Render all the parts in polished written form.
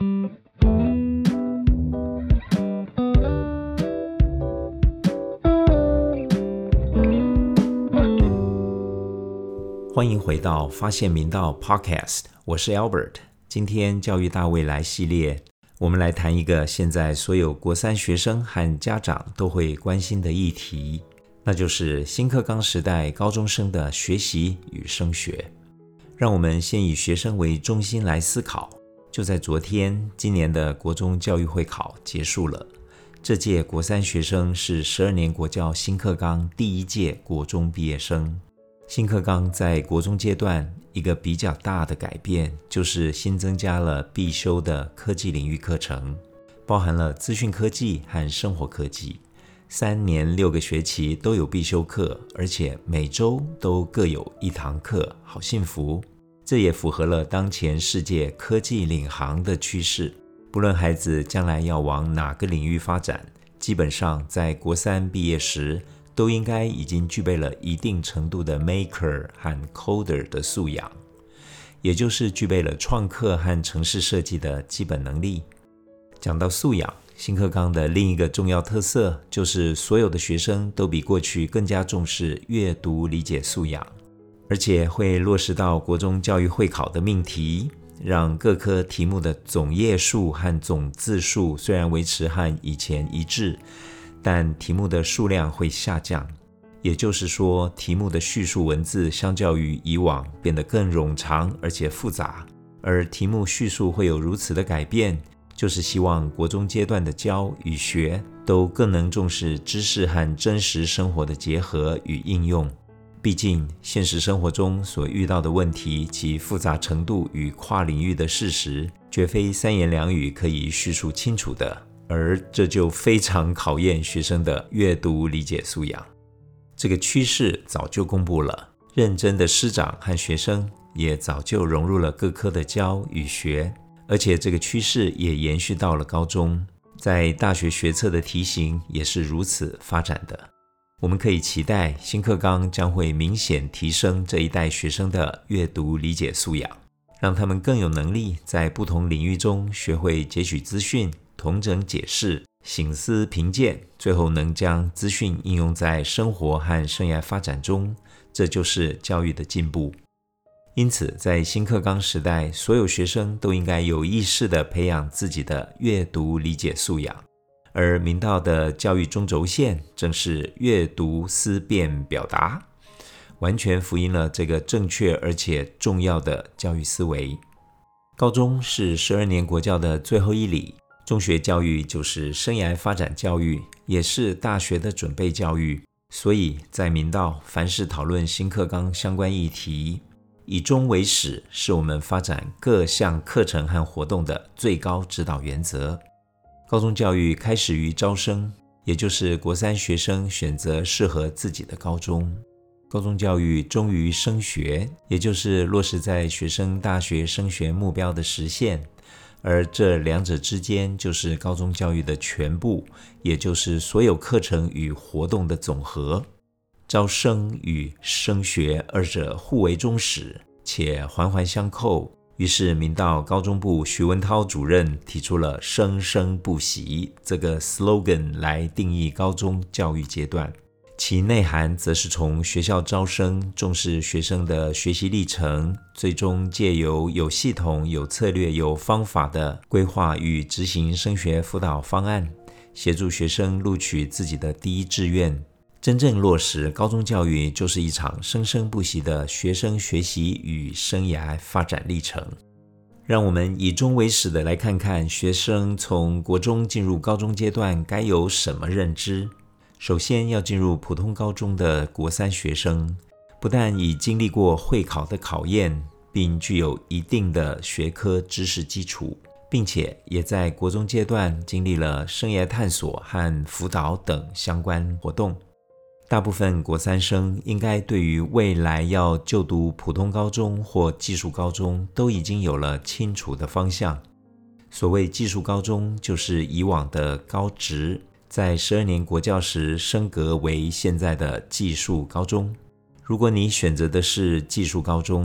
欢迎回到发现明道 Podcast， 我是 Albert。 今天教育大未来系列，我们来谈一个现在所有国三学生和家长都会关心的议题，那就是新课纲时代高中生的学习与升学。让我们先以学生为中心来思考。就在昨天，今年的国中教育会考结束了，这届国三学生是12年国教新课纲第一届国中毕业生。新课纲在国中阶段一个比较大的改变，就是新增加了必修的科技领域课程，包含了资讯科技和生活科技。3年6个学期都有必修课，而且每周都各有1堂课，好幸福。这也符合了当前世界科技领航的趋势。不论孩子将来要往哪个领域发展，基本上在国三毕业时都应该已经具备了一定程度的 Maker 和 Coder 的素养，也就是具备了创客和程式设计的基本能力。讲到素养，新课纲的另一个重要特色就是所有的学生都比过去更加重视阅读理解素养，而且会落实到国中教育会考的命题，让各科题目的总页数和总字数虽然维持和以前一致，但题目的数量会下降，也就是说，题目的叙述文字相较于以往变得更冗长而且复杂。而题目叙述会有如此的改变，就是希望国中阶段的教与学都更能重视知识和真实生活的结合与应用。毕竟，现实生活中所遇到的问题，其复杂程度与跨领域的事实，绝非3言2语可以叙述清楚的。而这就非常考验学生的阅读理解素养。这个趋势早就公布了，认真的师长和学生也早就融入了各科的教与学，而且这个趋势也延续到了高中，在大学学测的题型也是如此发展的。我们可以期待新课纲将会明显提升这一代学生的阅读理解素养，让他们更有能力在不同领域中学会截取资讯、统整解释、省思评鉴，最后能将资讯应用在生活和生涯发展中，这就是教育的进步。因此，在新课纲时代，所有学生都应该有意识地培养自己的阅读理解素养，而明道的教育中轴线正是阅读思辨表达，完全符合了这个正确而且重要的教育思维。高中是12年国教的最后一里，中学教育就是生涯发展教育，也是大学的准备教育。所以在明道，凡是讨论新课纲相关议题，以终为始，是我们发展各项课程和活动的最高指导原则。高中教育开始于招生，也就是国三学生选择适合自己的高中。高中教育终于升学，也就是落实在学生大学升学目标的实现，而这两者之间就是高中教育的全部，也就是所有课程与活动的总和。招生与升学二者互为终始，且环环相扣。于是明道高中部徐文涛主任提出了生生不息这个 slogan 来定义高中教育阶段，其内涵则是从学校招生重视学生的学习历程，最终借由有系统、有策略、有方法的规划与执行升学辅导方案，协助学生录取自己的第一志愿。真正落实高中教育，就是一场生生不息的学生学习与生涯发展历程。让我们以终为始的来看看学生从国中进入高中阶段该有什么认知。首先要进入普通高中的国三学生，不但已经历过会考的考验，并具有一定的学科知识基础，并且也在国中阶段经历了生涯探索和辅导等相关活动。大部分国三生应该对于未来要就读普通高中或技术高中都已经有了清楚的方向。所谓技术高中，就是以往的高职，在12年国教时升格为现在的技术高中。如果你选择的是技术高中，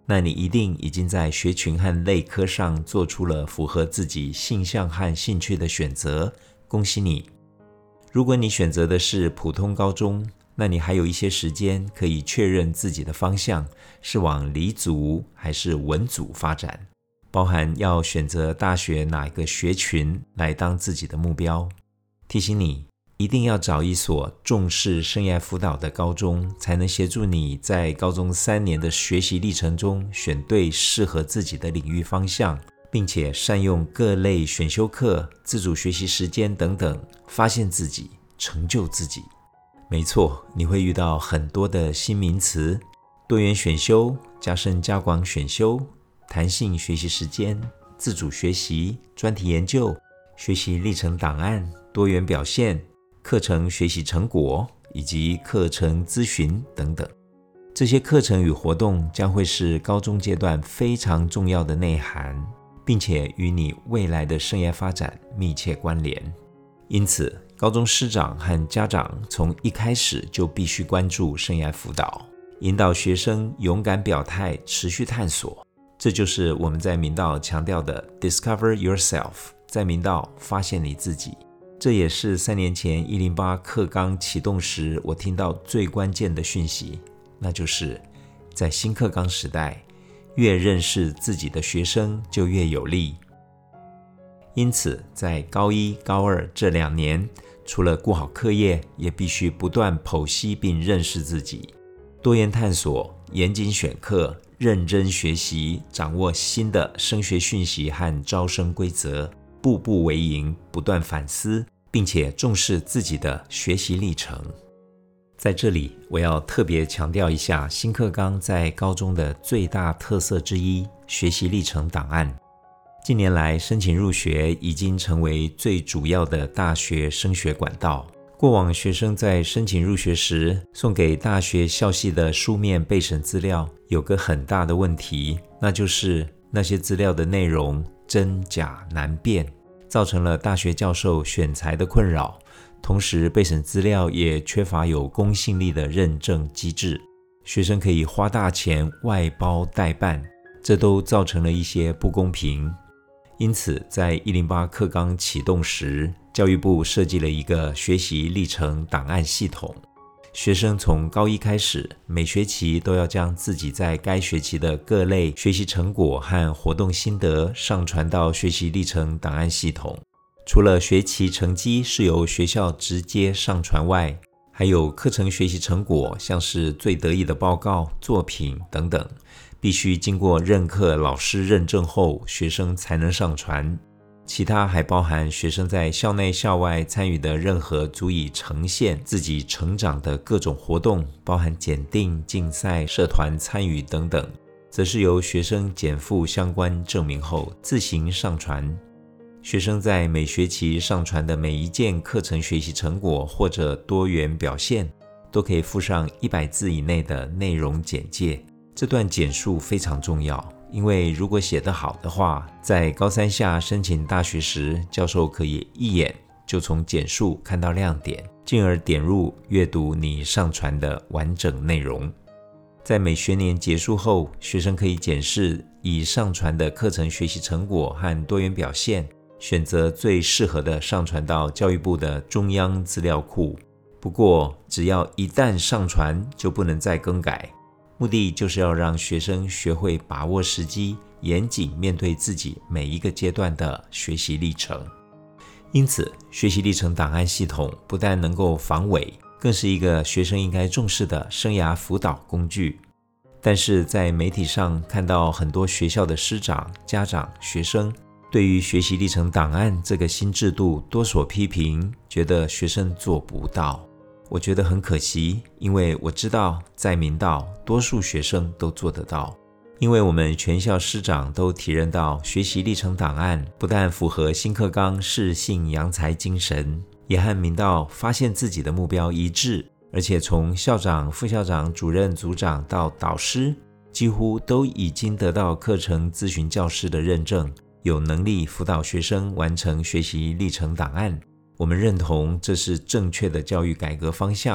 那你一定已经在学群和类科上做出了符合自己性向和兴趣的选择，恭喜你。如果你选择的是普通高中，那你还有一些时间可以确认自己的方向是往理组还是文组发展，包含要选择大学哪一个学群来当自己的目标。提醒你，一定要找一所重视生涯辅导的高中，才能协助你在高中3年的学习历程中选对适合自己的领域方向，并且善用各类选修课、自主学习时间等等，发现自己，成就自己。没错，你会遇到很多的新名词，多元选修、加深加广选修、弹性学习时间、自主学习、专题研究、学习历程档案、多元表现、课程学习成果以及课程咨询等等。这些课程与活动将会是高中阶段非常重要的内涵，并且与你未来的生涯发展密切关联。因此，高中师长和家长从一开始就必须关注生涯辅导，引导学生勇敢表态，持续探索。这就是我们在明道强调的 Discover Yourself， 在明道发现你自己。这也是3年前108课纲启动时我听到最关键的讯息，那就是在新课纲时代，越认识自己的学生就越有利。因此，在高1、高2这2年，除了顾好课业，也必须不断剖析并认识自己，多元探索，严谨选课，认真学习，掌握新的升学讯息和招生规则，步步为营，不断反思，并且重视自己的学习历程。在这里，我要特别强调一下新课纲在高中的最大特色之一——学习历程档案。近年来，申请入学已经成为最主要的大学升学管道。过往学生在申请入学时，送给大学校系的书面备审资料有个很大的问题，那就是那些资料的内容真假难辨，造成了大学教授选材的困扰。同时，备审资料也缺乏有公信力的认证机制，学生可以花大钱外包代办，这都造成了一些不公平。因此，在108课纲启动时，教育部设计了一个学习历程档案系统。学生从高1开始，每学期都要将自己在该学期的各类学习成果和活动心得上传到学习历程档案系统。除了学期成绩是由学校直接上传外，还有课程学习成果，像是最得意的报告、作品等等，必须经过任课老师认证后，学生才能上传。其他还包含学生在校内校外参与的任何足以呈现自己成长的各种活动，包含检定、竞赛、社团参与等等，则是由学生检附相关证明后自行上传。学生在每学期上传的每一件课程学习成果或者多元表现，都可以附上100字以内的内容简介。这段简述非常重要，因为如果写得好的话，在高3下申请大学时，教授可以一眼就从简述看到亮点，进而点入阅读你上传的完整内容。在每学年结束后，学生可以检视已上传的课程学习成果和多元表现，选择最适合的上传到教育部的中央资料库。不过，只要一旦上传，就不能再更改。目的就是要让学生学会把握时机，严谨面对自己每一个阶段的学习历程。因此，学习历程档案系统不但能够防伪，更是一个学生应该重视的生涯辅导工具。但是在媒体上看到很多学校的师长、家长、学生对于学习历程档案这个新制度多所批评，觉得学生做不到。我觉得很可惜，因为我知道在明道多数学生都做得到。因为我们全校师长都体认到学习历程档案不但符合新课纲适性扬才精神，也和明道发现自己的目标一致，而且从校长、副校长、主任、组长到导师，几乎都已经得到课程咨询教师的认证，有能力辅导学生完成学习历程档案。我们认同这是正确的教育改革方向，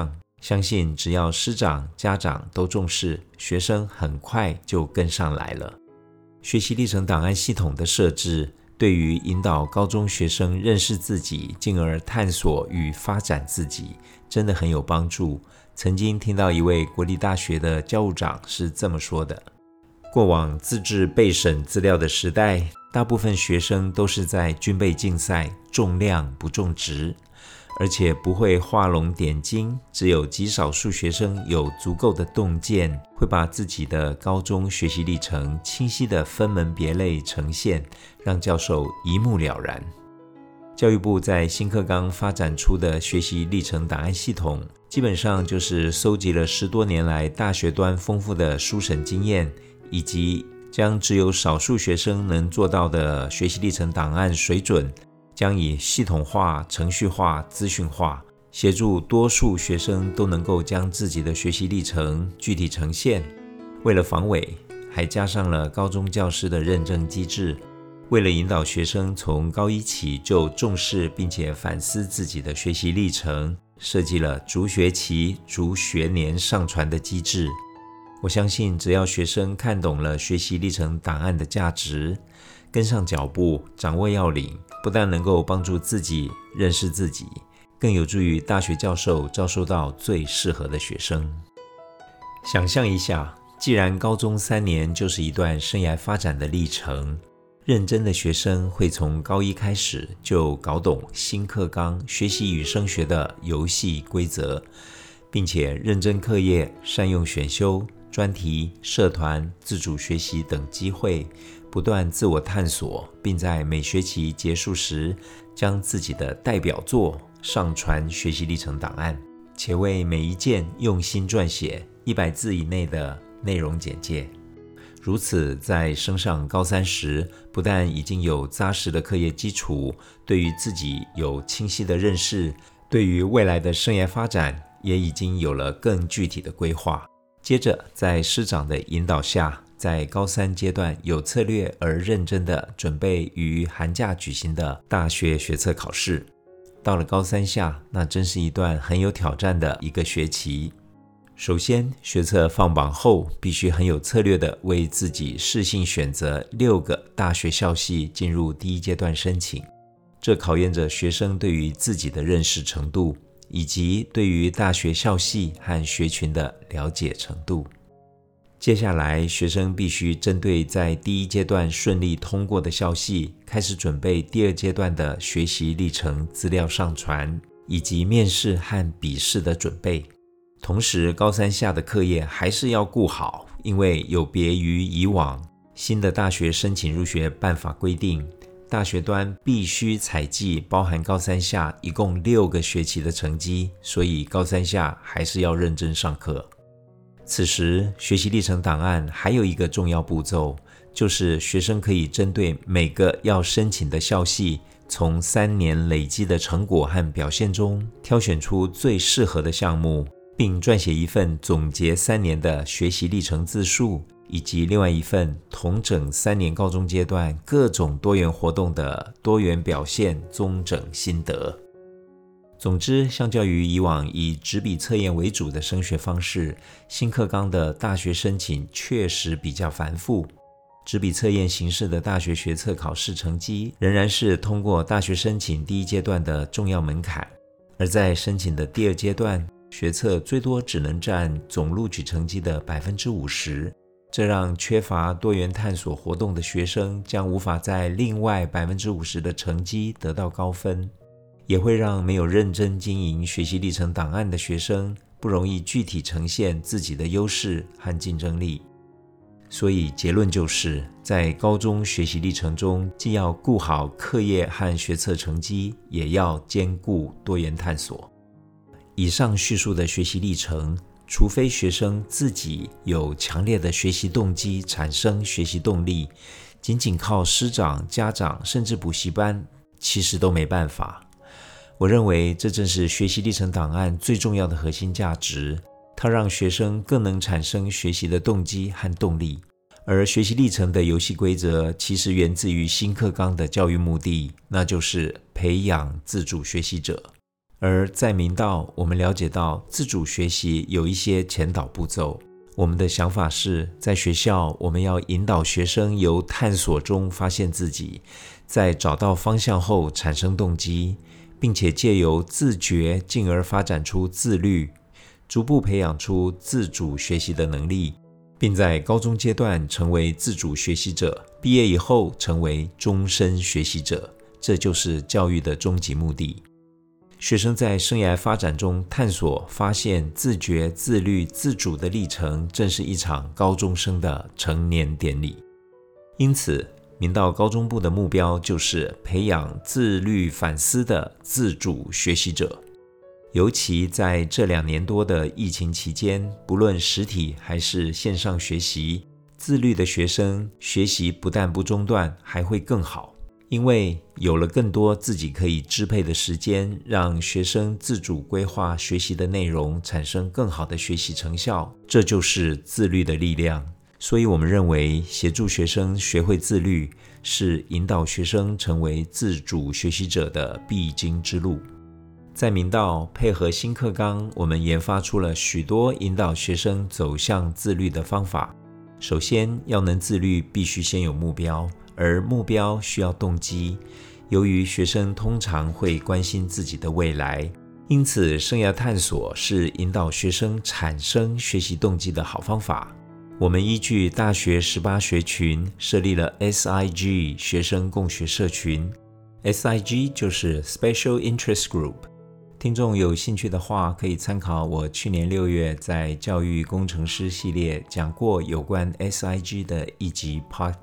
相信只要师长、家长都重视，学生很快就跟上来了。学习历程档案系统的设置，对于引导高中学生认识自己，进而探索与发展自己，真的很有帮助。曾经听到一位国立大学的教务长是这么说的：过往自制备审资料的时代，大部分学生都是在军备竞赛，重量不重质，而且不会画龙点睛，只有极少数学生有足够的洞见，会把自己的高中学习历程清晰地分门别类呈现，让教授一目了然。教育部在新课纲发展出的学习历程档案系统，基本上就是搜集了10多年来大学端丰富的书审经验，以及将只有少数学生能做到的学习历程档案水准，将以系统化、程序化、资讯化，协助多数学生都能够将自己的学习历程具体呈现。为了防伪，还加上了高中教师的认证机制。为了引导学生从高一起就重视并且反思自己的学习历程，设计了逐学期、逐学年上传的机制。我相信只要学生看懂了学习历程档案的价值，跟上脚步，掌握要领，不但能够帮助自己认识自己，更有助于大学教授招收到最适合的学生。想象一下，既然高中3年就是一段生涯发展的历程，认真的学生会从高一开始就搞懂新课纲学习与升学的游戏规则，并且认真课业，善用选修、专题、社团、自主学习等机会，不断自我探索，并在每学期结束时将自己的代表作上传学习历程档案，且为每一件用心撰写100字以内的内容简介。如此，在升上高3时，不但已经有扎实的课业基础，对于自己有清晰的认识，对于未来的生涯发展也已经有了更具体的规划。接着，在师长的引导下，在高3阶段有策略而认真地准备于寒假举行的大学学测考试。到了高3下，那真是一段很有挑战的一个学期。首先，学测放榜后，必须很有策略地为自己适性选择6个大学校系进入第一阶段申请。这考验着学生对于自己的认识程度，以及对于大学校系和学群的了解程度。接下来，学生必须针对在第一阶段顺利通过的校系，开始准备第2阶段的学习历程资料上传，以及面试和笔试的准备。同时，高3下的课业还是要顾好，因为有别于以往，新的大学申请入学办法规定，大学端必须采集包含高3下一共6个学期的成绩，所以高3下还是要认真上课。此时，学习历程档案还有一个重要步骤，就是学生可以针对每个要申请的校系，从3年累积的成果和表现中，挑选出最适合的项目，并撰写一份总结3年的学习历程自述，以及另外一份统整3年高中阶段各种多元活动的多元表现综整心得。总之，相较于以往以纸笔测验为主的升学方式，新课纲的大学申请确实比较繁复。纸笔测验形式的大学学测考试成绩仍然是通过大学申请第一阶段的重要门槛，而在申请的第2阶段，学测最多只能占总录取成绩的 50%， 这让缺乏多元探索活动的学生将无法在另外 50% 的成绩得到高分，也会让没有认真经营学习历程档案的学生不容易具体呈现自己的优势和竞争力。所以结论就是，在高中学习历程中，既要顾好课业和学测成绩，也要兼顾多元探索。以上叙述的学习历程，除非学生自己有强烈的学习动机，产生学习动力，仅仅靠师长、家长甚至补习班，其实都没办法。我认为这正是学习历程档案最重要的核心价值，它让学生更能产生学习的动机和动力。而学习历程的游戏规则其实源自于新课纲的教育目的，那就是培养自主学习者。 而在明道，我们了解到自主学习有一些前导步骤。我们的想法是，在学校我们要引导学生由探索中发现自己，在找到方向后产生动机，并且借由自觉进而发展出自律，逐步培养出自主学习的能力，并在高中阶段成为自主学习者，毕业以后成为终身学习者。这就是教育的终极目的。学生在生涯发展中探索、发现、自觉、自律、自主的历程，正是一场高中生的成年典礼。因此，明道高中部的目标就是培养自律反思的自主学习者。尤其在这2年多的疫情期间，不论实体还是线上学习，自律的学生学习不但不中断，还会更好。因为有了更多自己可以支配的时间，让学生自主规划学习的内容，产生更好的学习成效，这就是自律的力量。所以我们认为，协助学生学会自律，是引导学生成为自主学习者的必经之路。在明道配合新课纲，我们研发出了许多引导学生走向自律的方法。首先，要能自律，必须先有目标，而目标需要动机。由于学生通常会关心自己的未来，因此生涯探索是引导学生产生学习动机的好方法。我们依据大学18学群设立了 SIG 学生共学社群， SIG 就是 Special Interest Group。听众有兴趣的话，可以参考我去年6月在教育工程师系列讲过有关 SIG 的一集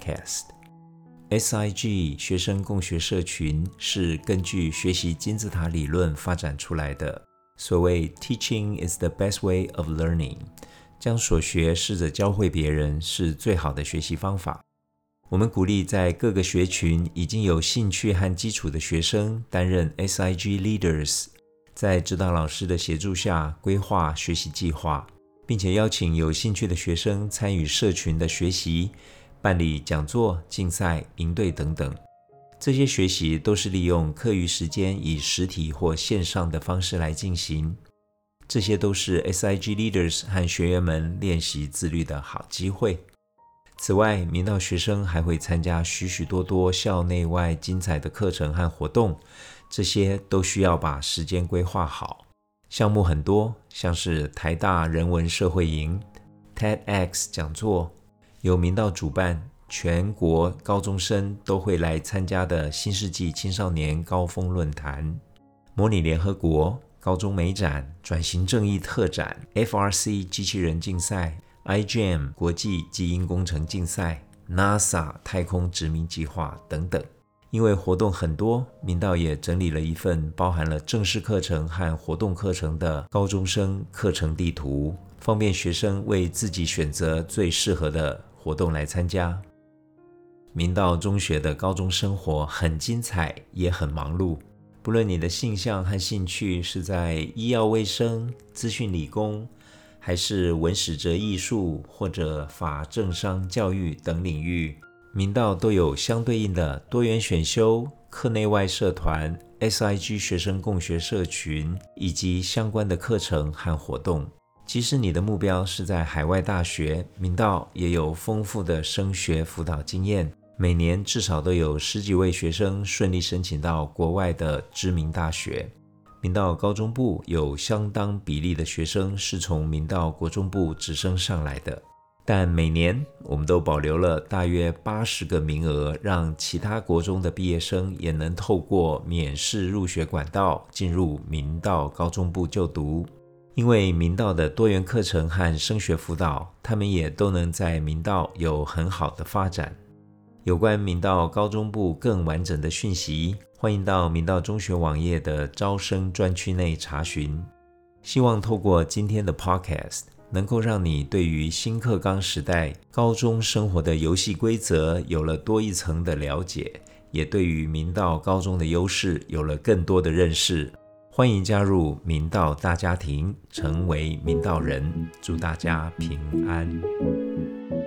Podcast。SIG 学生共学社群是根据学习金字塔理论发展出来的。所谓 Teaching is the best way of learning， 将所学试着教会别人是最好的学习方法。我们鼓励在各个学群已经有兴趣和基础的学生担任 SIG Leaders，在指导老师的协助下规划学习计划，并且邀请有兴趣的学生参与社群的学习，办理讲座、竞赛、营队等等。这些学习都是利用课余时间以实体或线上的方式来进行。这些都是 SIG Leaders 和学员们练习自律的好机会。此外，明道学生还会参加许许多多校内外精彩的课程和活动，这些都需要把时间规划好。项目很多，像是台大人文社会营、TEDx 讲座，由明道主办，全国高中生都会来参加的新世纪青少年高峰论坛，模拟联合国、高中美展、转型正义特展、FRC 机器人竞赛、iGEM 国际基因工程竞赛、NASA 太空殖民计划等等。因为活动很多，明道也整理了一份包含了正式课程和活动课程的高中生课程地图，方便学生为自己选择最适合的活动来参加。明道中学的高中生活很精彩，也很忙碌。不论你的性向和兴趣是在医药卫生、资讯理工，还是文史哲艺术或者法政商教育等领域，明道都有相对应的多元选修、课内外社团、SIG 学生共学社群以及相关的课程和活动。即使你的目标是在海外大学，明道也有丰富的升学辅导经验，每年至少都有10几位学生顺利申请到国外的知名大学。明道高中部有相当比例的学生是从明道国中部直升上来的，但每年我们都保留了大约80个名额，让其他国中的毕业生也能透过免试入学管道进入明道高中部就读。因为明道的多元课程和升学辅导，他们也都能在明道有很好的发展。有关明道高中部更完整的讯息，欢迎到明道中学网页的招生专区内查询。希望透过今天的 Podcast， 能够让你对于新课纲时代高中生活的游戏规则有了多一层的了解，也对于明道高中的优势有了更多的认识。欢迎加入明道大家庭，成为明道人，祝大家平安。